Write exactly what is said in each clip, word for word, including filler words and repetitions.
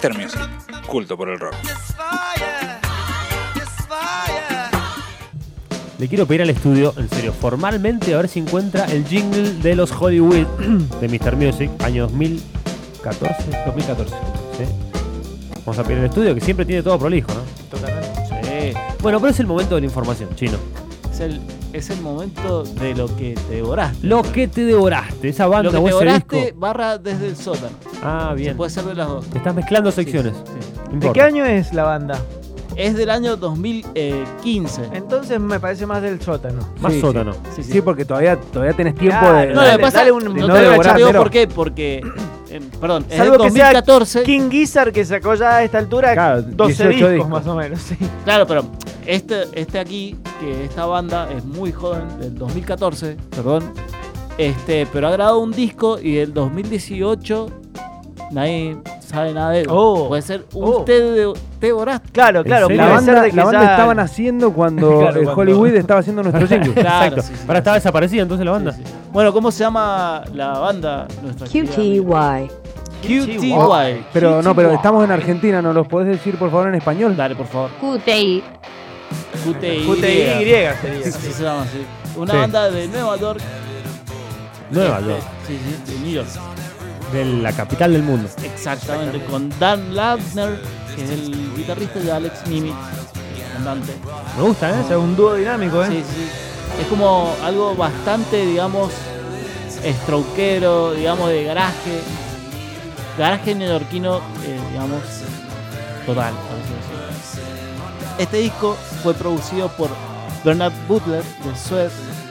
míster Music, culto por el rock. Le quiero pedir al estudio, en serio, formalmente, a ver si encuentra el jingle de los Hollywood de míster Music, año dos mil catorce. dos mil catorce. ¿Sí? Vamos a pedir al estudio, que siempre tiene todo prolijo, ¿no? Totalmente. Sí. Bueno, pero es el momento de la información, Chino. Es el, es el momento de lo que te devoraste. Lo que te devoraste, esa banda Lo que o te ese devoraste disco. barra desde el sótano. Ah, Se bien. puede ser de las dos. Estás mezclando secciones. Sí, sí. No ¿De importa. qué año es la banda? Es del año dos mil quince. Entonces me parece más del sótano. Más Sí, sótano. Sí, sí. Sí, porque todavía, todavía tenés tiempo Claro, de... No, lo Dale, que pasa, dale un- no, de te no voy a decir devorártelo. por qué, porque, eh, perdón, es Salvo del que sea dos mil catorce. King Gizzard, que sacó ya a esta altura Claro, doce dieciocho discos, discos. más o menos. Sí. Claro, pero este, este aquí, que esta banda es muy joven, del dos mil catorce, perdón, este, pero ha grabado un disco y del dos mil dieciocho nadie sabe nada de él. Oh. Puede ser Oh. usted de, te devoraste. Claro, ¿En claro. serio? La puede banda, ser de que la banda ya- estaban haciendo cuando Claro, eh, cuando- Hollywood estaba haciendo nuestro jingle. Claro, Exacto. sí, sí. Ahora estaba desaparecida entonces la banda. Sí, sí. Bueno, ¿cómo se llama la banda? Nuestra Q T querida Y. Q T Y. Oh, pero no, pero Q T Y. estamos en Argentina, ¿nos los podés decir por favor en español? Dale, por favor. Q T I. Q T Y. Q T Y sería. Así se llama, sí. Una Sí. banda de Nueva York. Nueva Este, York. Sí, sí, de New York. De la capital del mundo. Exactamente, con Dan Labner, que es el guitarrista, de Alex Nimitz, el cantante. Me gusta, ¿eh? O sea, un dúo dinámico, ¿eh? Sí, sí. Es como algo bastante, digamos, stroquero, digamos, de garaje. Garaje neoyorquino, eh, digamos, total, por así decirlo. Este disco fue producido por Bernard Butler, de Suez.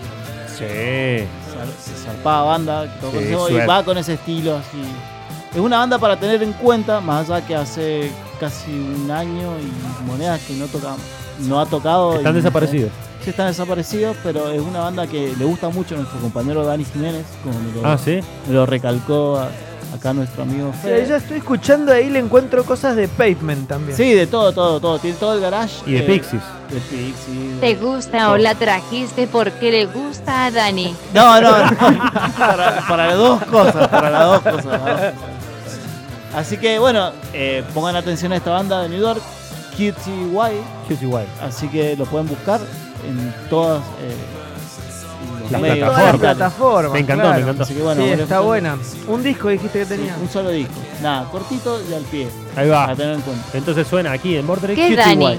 Sí. Zar- zarpada banda que todos Sí, conocemos, y Suez. va con ese estilo así. Es una banda para tener en cuenta, más allá que hace casi un año y monedas que no tocamos, no ha tocado. Están y- desaparecidos. Sí, están desaparecidos, pero es una banda que le gusta mucho a nuestro compañero Dani Jiménez, como me lo, Ah, sí. me lo recalcó a- acá nuestro amigo Sí, Fede. ya estoy escuchando ahí, le encuentro cosas de Pavement también. Sí, de todo, todo, todo. Tiene todo el garage. Y de eh, Pixies. De Pixies. ¿Te gusta o la trajiste porque le gusta a Dani? No, no, no. para, para las dos cosas, para las dos cosas. ¿no? Así que bueno, eh, pongan atención a esta banda de New York, Q T Y. Sí, es igual. Así que lo pueden buscar en todas eh, los Las medios Todas las plataformas. digitales. plataformas. Me encantó, claro. me encantó. Así que bueno, Sí, bueno, está un- buena. Un disco dijiste que sí, tenía. un solo disco. Nada, cortito y al pie. Ahí va. Para tener en cuenta. Entonces suena aquí en Border ¿Qué, Q T Y. Dani?